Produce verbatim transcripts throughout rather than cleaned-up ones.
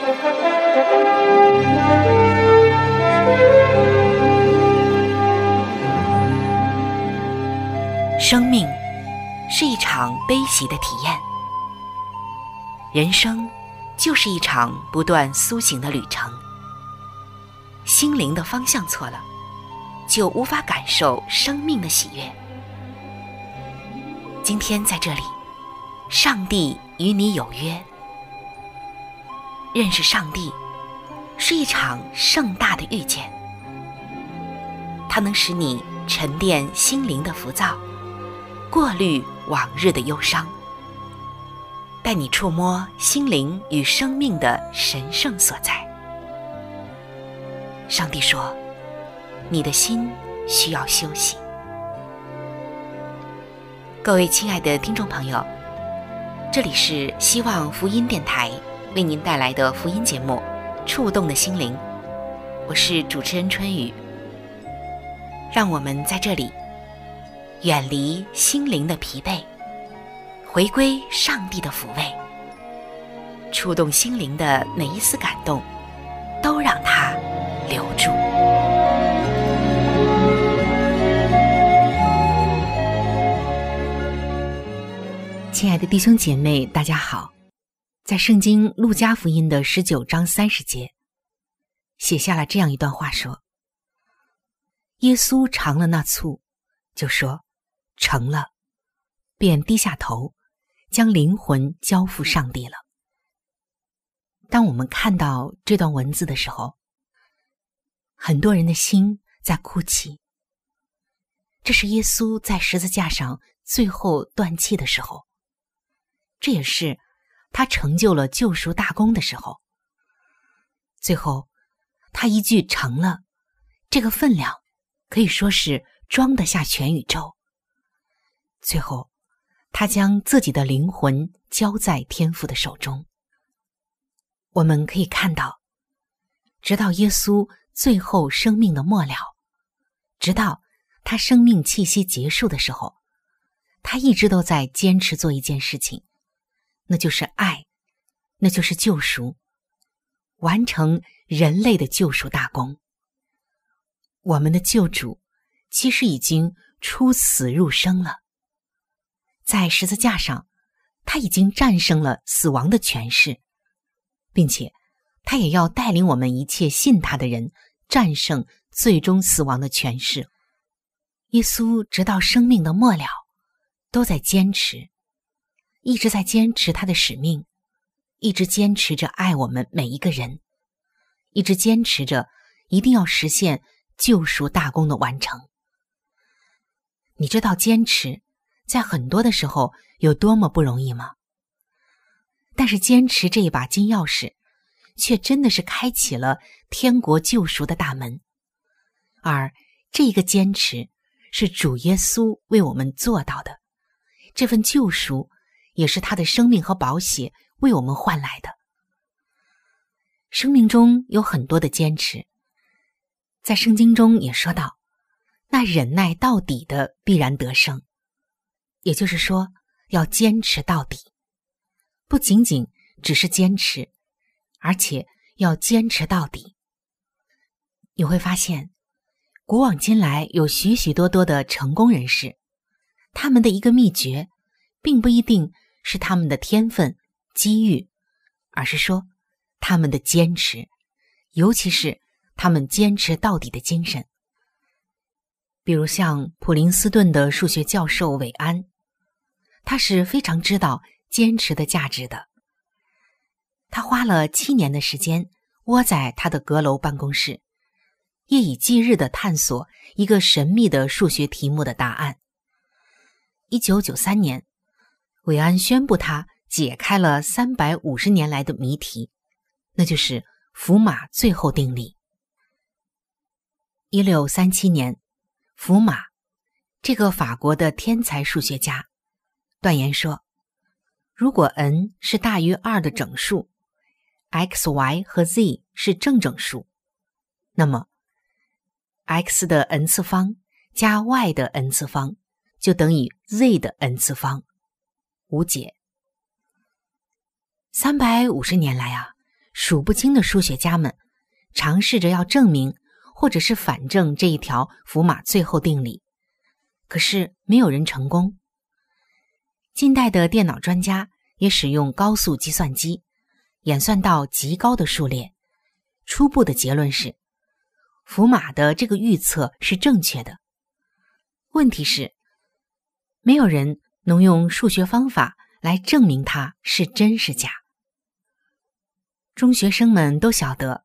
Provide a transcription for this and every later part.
生命是一场悲喜的体验，人生就是一场不断苏醒的旅程。心灵的方向错了，就无法感受生命的喜悦。今天在这里，上帝与你有约。认识上帝是一场盛大的遇见，它能使你沉淀心灵的浮躁，过滤往日的忧伤，带你触摸心灵与生命的神圣所在。上帝说，你的心需要休息。各位亲爱的听众朋友，这里是希望福音电台为您带来的福音节目《触动的心灵》，我是主持人春雨。让我们在这里远离心灵的疲惫，回归上帝的抚慰，触动心灵的每一丝感动，都让它留住。亲爱的弟兄姐妹，大家好。在圣经路加福音的十九章三十节，写下了这样一段话说：耶稣尝了那醋，就说成了，便低下头，将灵魂交付上帝了。当我们看到这段文字的时候，很多人的心在哭泣。这是耶稣在十字架上最后断气的时候，这也是他成就了救赎大功的时候。最后他一句成了，这个分量可以说是装得下全宇宙。最后他将自己的灵魂交在天父的手中。我们可以看到，直到耶稣最后生命的末了，直到他生命气息结束的时候，他一直都在坚持做一件事情，那就是爱，那就是救赎，完成人类的救赎大功。我们的救主其实已经出死入生了，在十字架上，他已经战胜了死亡的权势，并且他也要带领我们一切信他的人战胜最终死亡的权势。耶稣直到生命的末了都在坚持，一直在坚持他的使命，一直坚持着爱我们每一个人，一直坚持着一定要实现救赎大功的完成。你知道坚持在很多的时候有多么不容易吗？但是坚持这一把金钥匙却真的是开启了天国救赎的大门，而这个坚持是主耶稣为我们做到的，这份救赎也是他的生命和宝血为我们换来的。生命中有很多的坚持，在圣经中也说到，那忍耐到底的必然得胜，也就是说要坚持到底，不仅仅只是坚持，而且要坚持到底。你会发现古往今来有许许多多的成功人士，他们的一个秘诀并不一定是他们的天分机遇，而是说他们的坚持，尤其是他们坚持到底的精神。比如像普林斯顿的数学教授韦安，他是非常知道坚持的价值的。他花了七年的时间窝在他的阁楼办公室，夜以继日地探索一个神秘的数学题目的答案。一九九三年，韦安宣布他解开了三百五十年来的谜题，那就是福马最后定理。一六三七年，福马这个法国的天才数学家断言说，如果 n 是大于二的整数， xy 和 z 是正整数，那么 x 的 n 次方加 y 的 n 次方就等于 z 的 n 次方，无解。三百五十年来啊， 数不清的数学家们尝试着要证明或者是反证这一条福马最后定理，可是没有人成功。近代的电脑专家也使用高速计算机演算到极高的数列，初步的结论是福马的这个预测是正确的。问题是，没有人能用数学方法来证明它是真是假。中学生们都晓得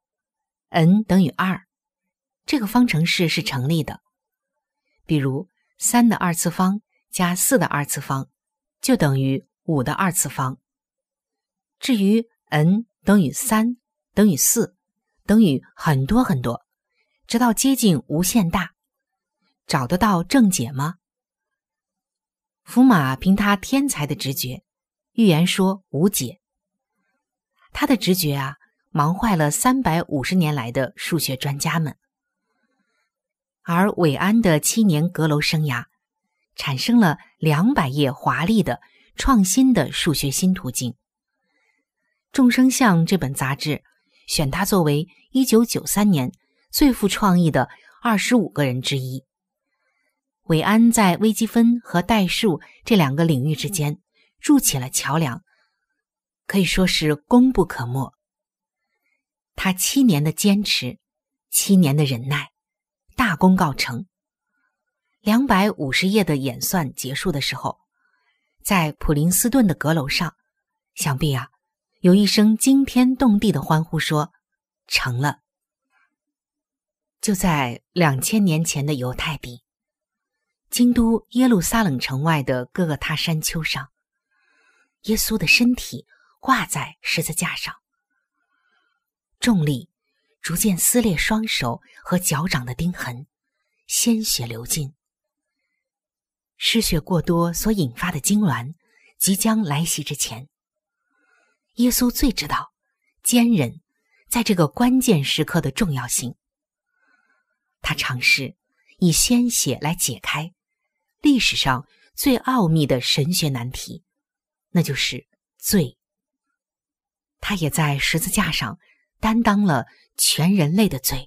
n 等于二，这个方程式是成立的。比如三的二次方加四的二次方就等于五的二次方。至于 n 等于三等于四等于很多很多，直到接近无限大，找得到正解吗？福马凭他天才的直觉预言说无解。他的直觉啊，忙坏了三百五十年来的数学专家们。而韦安的七年阁楼生涯产生了两百页华丽的创新的数学新途径。众生相这本杂志选他作为一九九三年最富创意的二十五个人之一。韦安在微积分和代数这两个领域之间筑起了桥梁，可以说是功不可没。他七年的坚持，七年的忍耐，大功告成。两百五十页的演算结束的时候，在普林斯顿的阁楼上，想必啊，有一声惊天动地的欢呼说：成了。就在两千年前的犹太地，京都耶路撒冷城外的各个他山丘上，耶稣的身体挂在十字架上，重力逐渐撕裂双手和脚掌的钉痕，鲜血流尽。失血过多所引发的痉挛即将来袭之前，耶稣最知道坚忍在这个关键时刻的重要性。他尝试以鲜血来解开历史上最奥秘的神学难题，那就是罪。他也在十字架上担当了全人类的罪。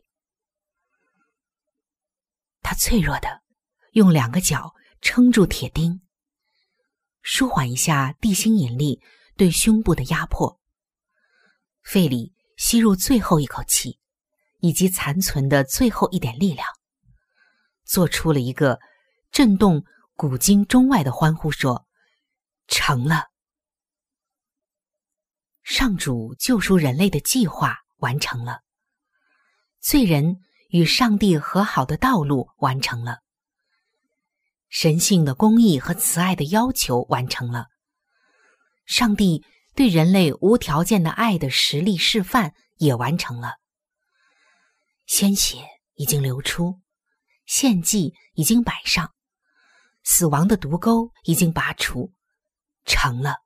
他脆弱的用两个脚撑住铁钉，舒缓一下地心引力对胸部的压迫，肺里吸入最后一口气，以及残存的最后一点力量，做出了一个震动古今中外的欢呼，说：成了。上主救赎人类的计划完成了，罪人与上帝和好的道路完成了，神性的公义和慈爱的要求完成了，上帝对人类无条件的爱的实例示范也完成了。鲜血已经流出，献祭已经摆上，死亡的毒钩已经拔除，成了。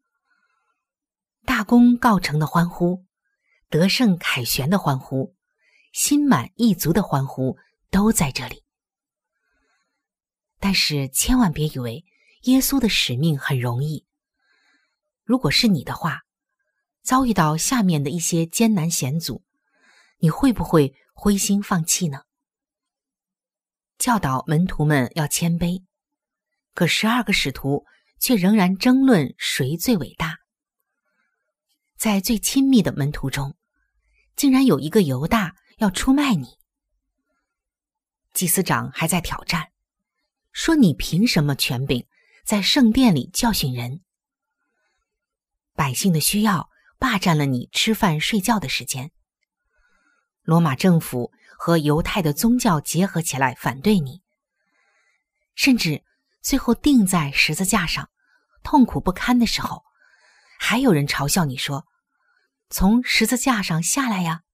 大功告成的欢呼，得胜凯旋的欢呼，心满意足的欢呼都在这里。但是千万别以为耶稣的使命很容易。如果是你的话，遭遇到下面的一些艰难险阻，你会不会灰心放弃呢？教导门徒们要谦卑，可十二个使徒却仍然争论谁最伟大。在最亲密的门徒中，竟然有一个犹大要出卖你。祭司长还在挑战，说你凭什么权柄在圣殿里教训人？百姓的需要霸占了你吃饭睡觉的时间。罗马政府和犹太的宗教结合起来反对你，甚至最后钉在十字架上痛苦不堪的时候，还有人嘲笑你说：从十字架上下来呀。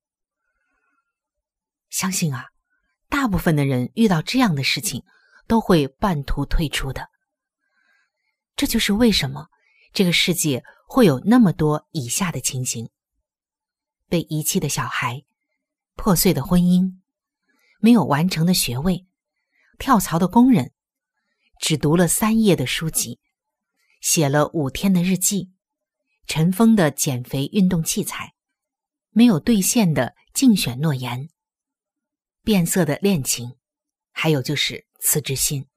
相信啊，大部分的人遇到这样的事情都会半途退出的。这就是为什么这个世界会有那么多以下的情形：被遗弃的小孩，破碎的婚姻，没有完成的学位，跳槽的工人，只读了三页的书籍，写了五天的日记，尘封的减肥运动器材， 没有兑现的竞选诺言，变色的恋情，还有就是辞职信。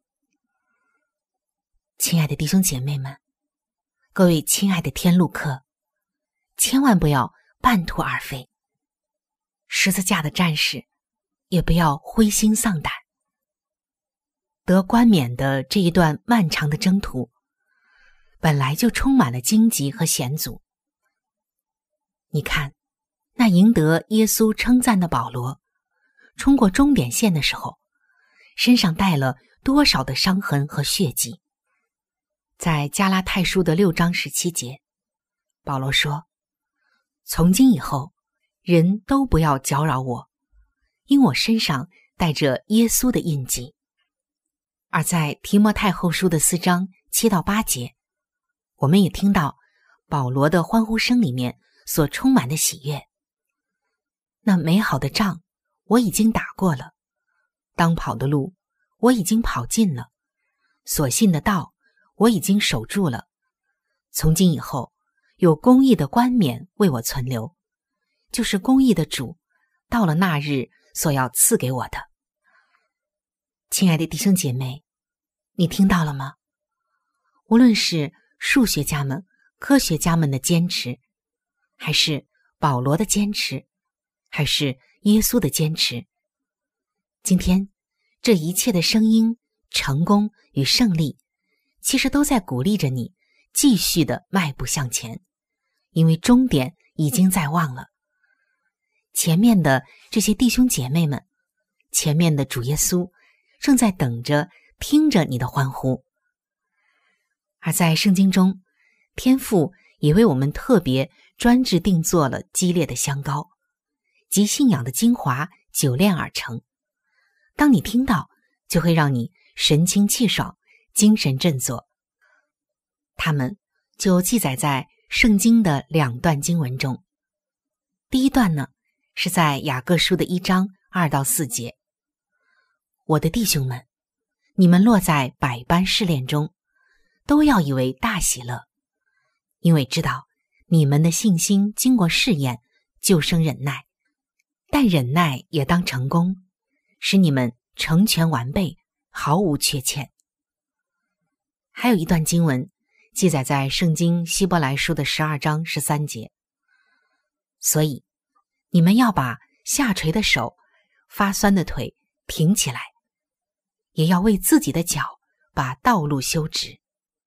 亲爱的弟兄姐妹们，各位亲爱的天路客，千万不要半途而废。十字架的战士也不要灰心丧胆。得冠冕的这一段漫长的征途，本来就充满了荆棘和险阻。你看，那赢得耶稣称赞的保罗，冲过终点线的时候，身上带了多少的伤痕和血迹。在加拉太书的六章十七节，保罗说，从今以后，人都不要搅扰我，因我身上带着耶稣的印记。而在提摩太后书的四章七到八节，我们也听到保罗的欢呼声里面所充满的喜悦。那美好的仗我已经打过了，当跑的路我已经跑尽了，所信的道我已经守住了。从今以后，有公义的冠冕为我存留，就是公义的主到了那日所要赐给我的。亲爱的弟兄姐妹，你听到了吗？无论是数学家们、科学家们的坚持，还是保罗的坚持，还是耶稣的坚持，今天这一切的声音、成功与胜利，其实都在鼓励着你继续的迈步向前，因为终点已经在望了。前面的这些弟兄姐妹们，前面的主耶稣正在等着听着你的欢呼。而在圣经中，天父也为我们特别专制定做了激烈的香膏，集信仰的精华久炼而成。当你听到，就会让你神清气爽，精神振作。它们就记载在圣经的两段经文中。第一段呢，是在雅各书的一章二到四节。我的弟兄们，你们落在百般试炼中，都要以为大喜乐，因为知道你们的信心经过试验，就生忍耐。但忍耐也当成功，使你们成全完备，毫无缺欠。还有一段经文记载在圣经希伯来书的十二章十三节。所以你们要把下垂的手、发酸的腿挺起来，也要为自己的脚把道路修直。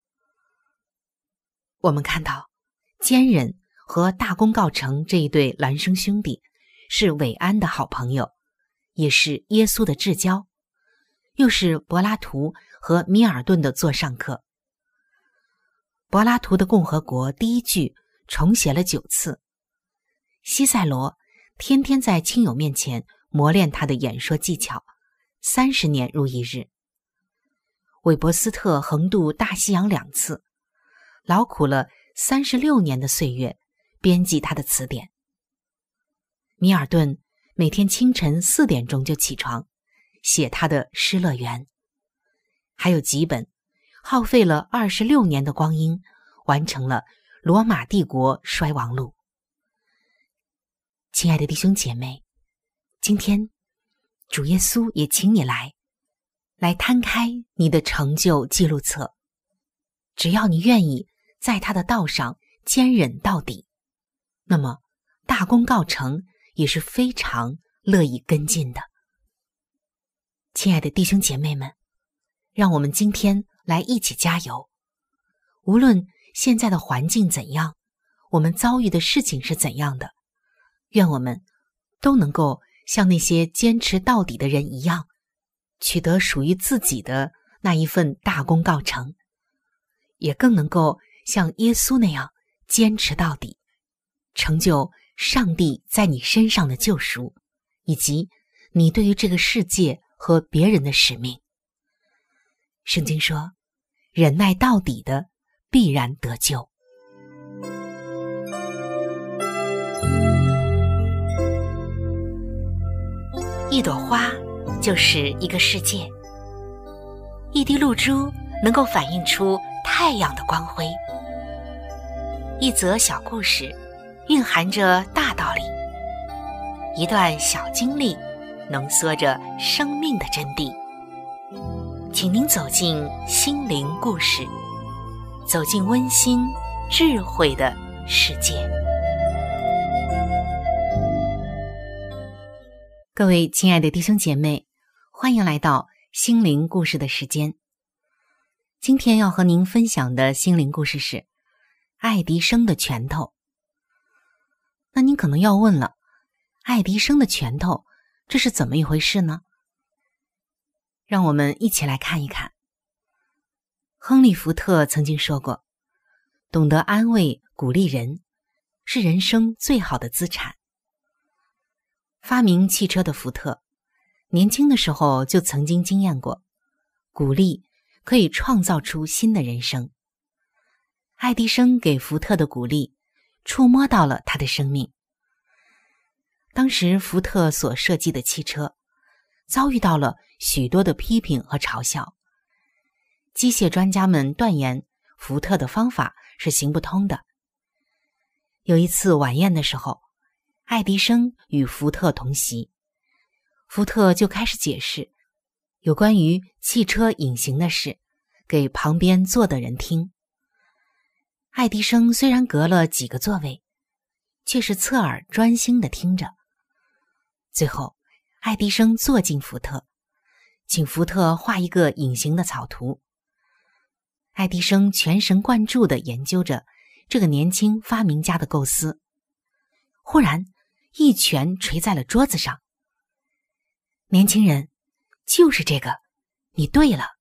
我们看到坚忍和大功告成这一对孪生兄弟是韦安的好朋友，也是耶稣的至交，又是柏拉图和米尔顿的座上客。柏拉图的共和国第一句重写了九次，西塞罗天天在亲友面前磨练他的演说技巧，三十年如一日。韦伯斯特横渡大西洋两次，劳苦了三十六年的岁月编辑他的词典。米尔顿每天清晨四点钟就起床写他的《失乐园》，还有几本耗费了二十六年的光阴完成了《罗马帝国衰亡录》。亲爱的弟兄姐妹，今天主耶稣也请你来来摊开你的成就记录册，只要你愿意在他的道上坚忍到底，那么大功告成也是非常乐意跟进的。亲爱的弟兄姐妹们，让我们今天来一起加油。无论现在的环境怎样，我们遭遇的事情是怎样的，愿我们都能够像那些坚持到底的人一样，取得属于自己的那一份大功告成，也更能够像耶稣那样坚持到底，成就上帝在你身上的救赎，以及你对于这个世界和别人的使命。圣经说，忍耐到底的必然得救。一朵花就是一个世界，一滴露珠能够反映出太阳的光辉，一则小故事蕴含着大道理， 一段小经历，浓缩着生命的真谛。请您走进心灵故事，走进温馨智慧的世界。各位亲爱的弟兄姐妹，欢迎来到心灵故事的时间。今天要和您分享的心灵故事是爱迪生的拳头。那您可能要问了，爱迪生的拳头，这是怎么一回事呢？让我们一起来看一看。亨利·福特曾经说过，懂得安慰、鼓励人，是人生最好的资产。发明汽车的福特，年轻的时候就曾经经验过，鼓励可以创造出新的人生。爱迪生给福特的鼓励，触摸到了他的生命。当时福特所设计的汽车遭遇到了许多的批评和嘲笑，机械专家们断言福特的方法是行不通的。有一次晚宴的时候，爱迪生与福特同席，福特就开始解释有关于汽车隐形的事给旁边坐的人听。爱迪生虽然隔了几个座位，却是侧耳专心地听着。最后爱迪生坐进福特，请福特画一个隐形的草图。爱迪生全神贯注地研究着这个年轻发明家的构思，忽然一拳捶在了桌子上。年轻人，就是这个，你对了。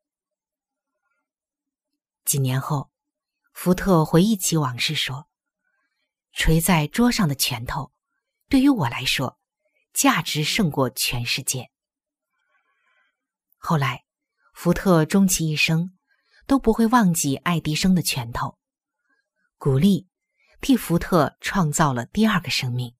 几年后，福特回忆起往事说，捶在桌上的拳头，对于我来说，价值胜过全世界。后来，福特终其一生都不会忘记爱迪生的拳头，鼓励替福特创造了第二个生命。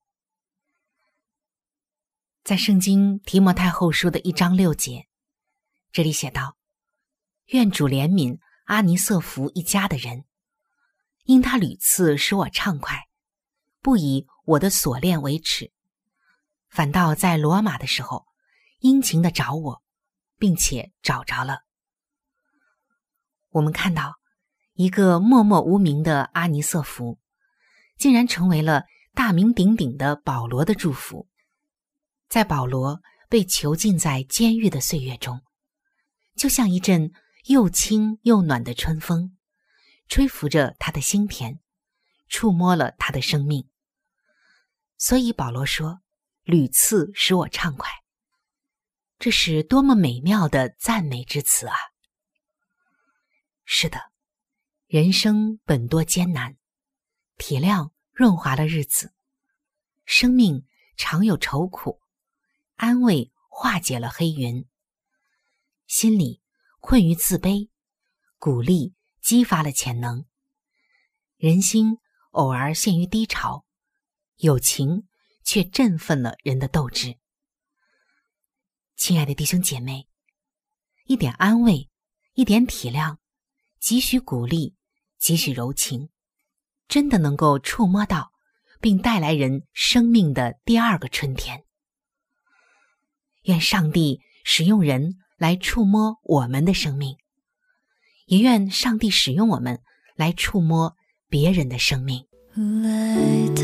在圣经提摩太后书的一章六节，这里写道：愿主怜悯阿尼瑟弗一家的人，因他屡次使我畅快，不以我的锁链为耻，反倒在罗马的时候殷勤地找我，并且找着了。我们看到一个默默无名的阿尼瑟弗，竟然成为了大名鼎鼎的保罗的祝福。在保罗被囚禁在监狱的岁月中，就像一阵又轻又暖的春风，吹拂着他的心田，触摸了他的生命。所以保罗说，屡次使我畅快。这是多么美妙的赞美之词啊！是的，人生本多艰难，体谅润滑了日子，生命常有愁苦，安慰化解了黑云，心里困于自卑，鼓励激发了潜能，人心偶尔陷于低潮，友情却振奋了人的斗志。亲爱的弟兄姐妹，一点安慰，一点体谅，几许鼓励，几许柔情，真的能够触摸到并带来人生命的第二个春天。愿上帝使用人来触摸我们的生命，也愿上帝使用我们来触摸别人的生命。 来到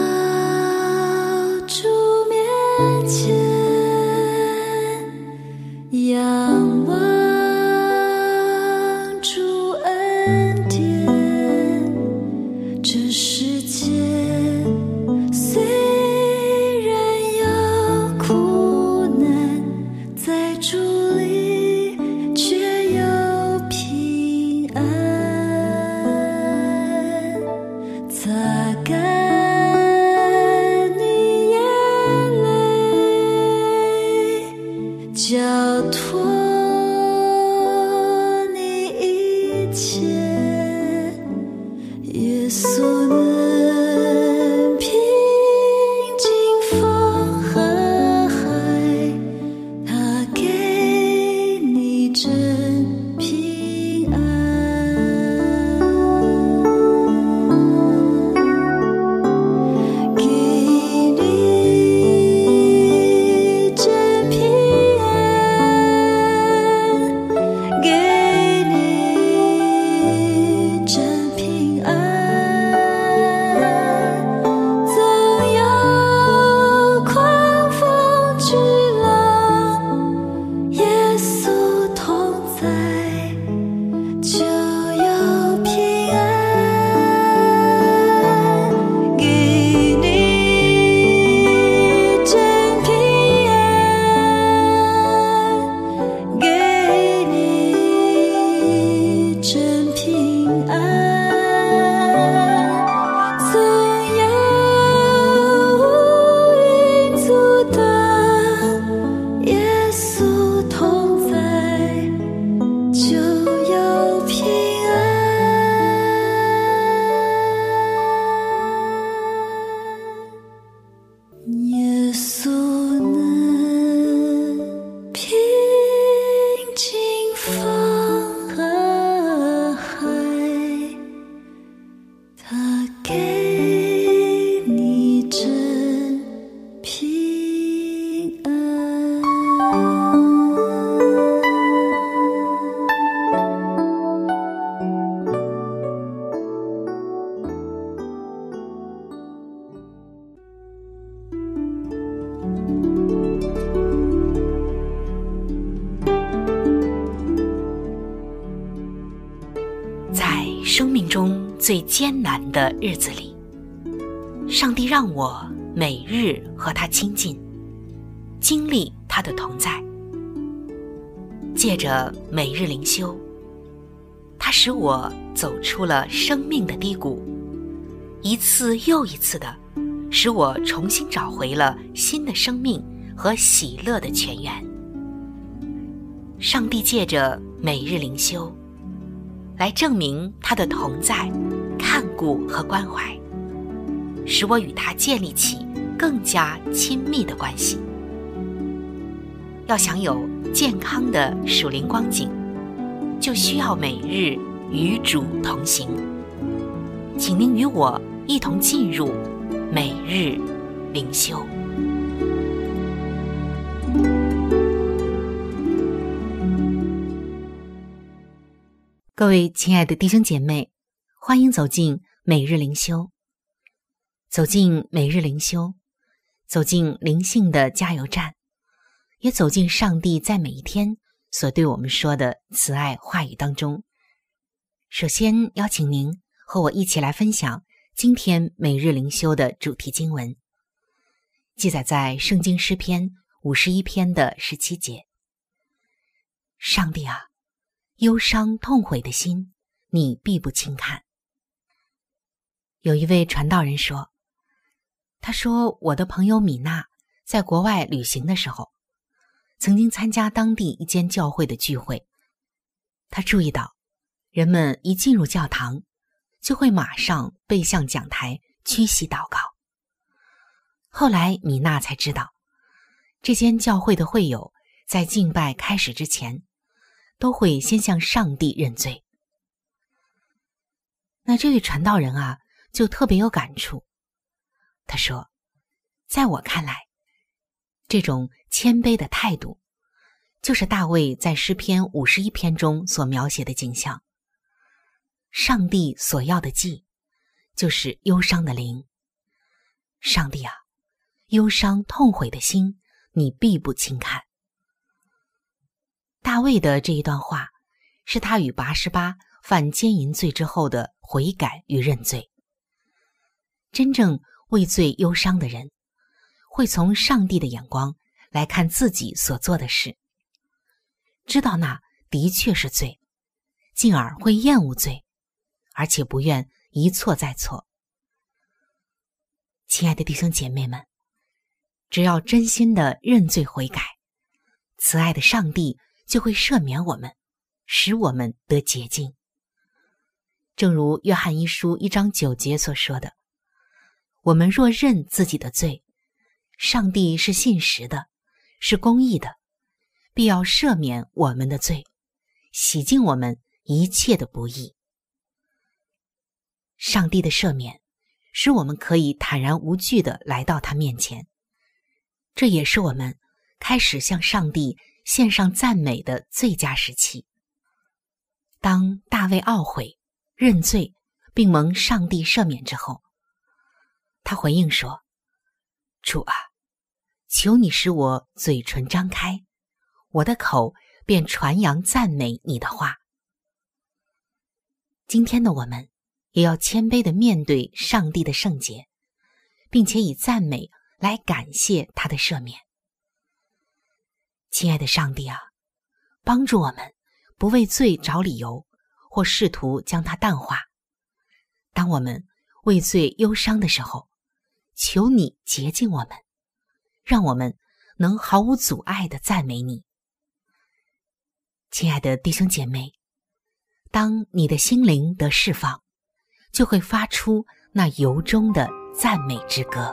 主面前，仰望主恩典，这世界虽然有苦难，在主里却有平安。擦干你眼泪，交托你一切，耶稣能平静风和海，他给你真平安。给你最艰难的日子里，上帝让我每日和他亲近，经历他的同在。借着每日灵修，他使我走出了生命的低谷，一次又一次的使我重新找回了新的生命和喜乐的泉源。上帝借着每日灵修来证明他的同在、看顾和关怀，使我与他建立起更加亲密的关系。要享有健康的属灵光景，就需要每日与主同行。请您与我一同进入每日灵修。各位亲爱的弟兄姐妹，欢迎走进每日灵修。走进每日灵修，走进灵性的加油站，也走进上帝在每一天所对我们说的慈爱话语当中。首先邀请您和我一起来分享今天每日灵修的主题经文，记载在圣经诗篇五十一篇的十七节。上帝啊，忧伤痛悔的心，你必不轻看。有一位传道人说，他说我的朋友米娜在国外旅行的时候，曾经参加当地一间教会的聚会。他注意到人们一进入教堂就会马上背向讲台屈膝祷告。后来米娜才知道，这间教会的会友在敬拜开始之前都会先向上帝认罪。那这位传道人啊，就特别有感触。他说，在我看来，这种谦卑的态度就是大卫在诗篇五十一篇中所描写的景象。上帝所要的祭就是忧伤的灵。上帝啊，忧伤痛悔的心，你必不轻看。大卫的这一段话是他与拔示巴犯奸淫罪之后的悔改与认罪。真正为罪忧伤的人，会从上帝的眼光来看自己所做的事，知道那的确是罪，进而会厌恶罪，而且不愿一错再错。亲爱的弟兄姐妹们，只要真心的认罪悔改，慈爱的上帝就会赦免我们，使我们得洁净。正如约翰一书一章九节所说的，我们若认自己的罪，上帝是信实的，是公义的，必要赦免我们的罪，洗净我们一切的不义。上帝的赦免使我们可以坦然无惧地来到他面前，这也是我们开始向上帝献上赞美的最佳时期。当大卫懊悔、认罪并蒙上帝赦免之后，他回应说，主啊，求你使我嘴唇张开，我的口便传扬赞美你的话。今天的我们也要谦卑地面对上帝的圣洁，并且以赞美来感谢他的赦免。亲爱的上帝啊，帮助我们不为罪找理由，或试图将它淡化。当我们为罪忧伤的时候，求你洁净我们，让我们能毫无阻碍地赞美你。亲爱的弟兄姐妹，当你的心灵得释放，就会发出那由衷的赞美之歌。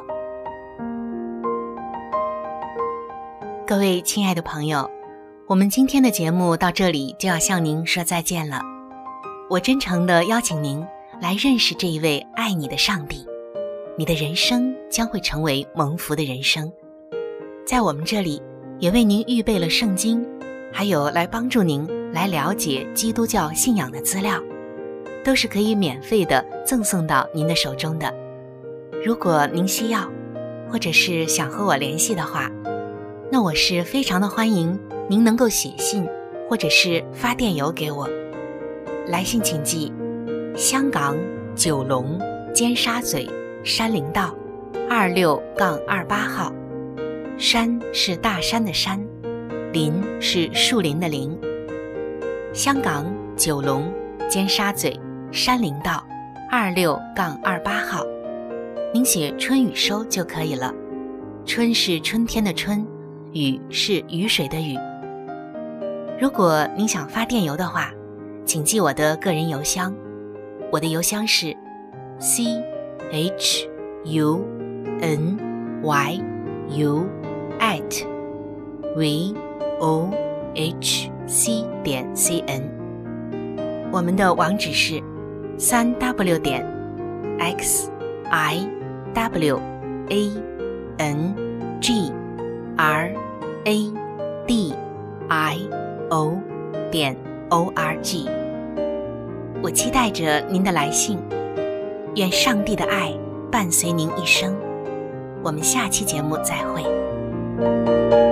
各位亲爱的朋友，我们今天的节目到这里就要向您说再见了。我真诚地邀请您来认识这一位爱你的上帝，你的人生将会成为蒙福的人生。在我们这里也为您预备了圣经，还有来帮助您来了解基督教信仰的资料，都是可以免费的赠送到您的手中的。如果您需要，或者是想和我联系的话，那我是非常的欢迎您能够写信或者是发电邮给我。来信请寄香港九龙尖沙咀山林道二六杠二八号。山是大山的山，林是树林的林。香港九龙尖沙咀山林道二六杠二八号，您写春雨收就可以了。春是春天的春，雨是雨水的雨。如果您想发电邮的话，请记我的个人邮箱，我的邮箱是 c h u n y u at v o h c 点 c n。 我们的网址是 三 w 点 x i w a n g r a d i o 点 o r g。 我期待着您的来信，愿上帝的爱伴随您一生。我们下期节目再会。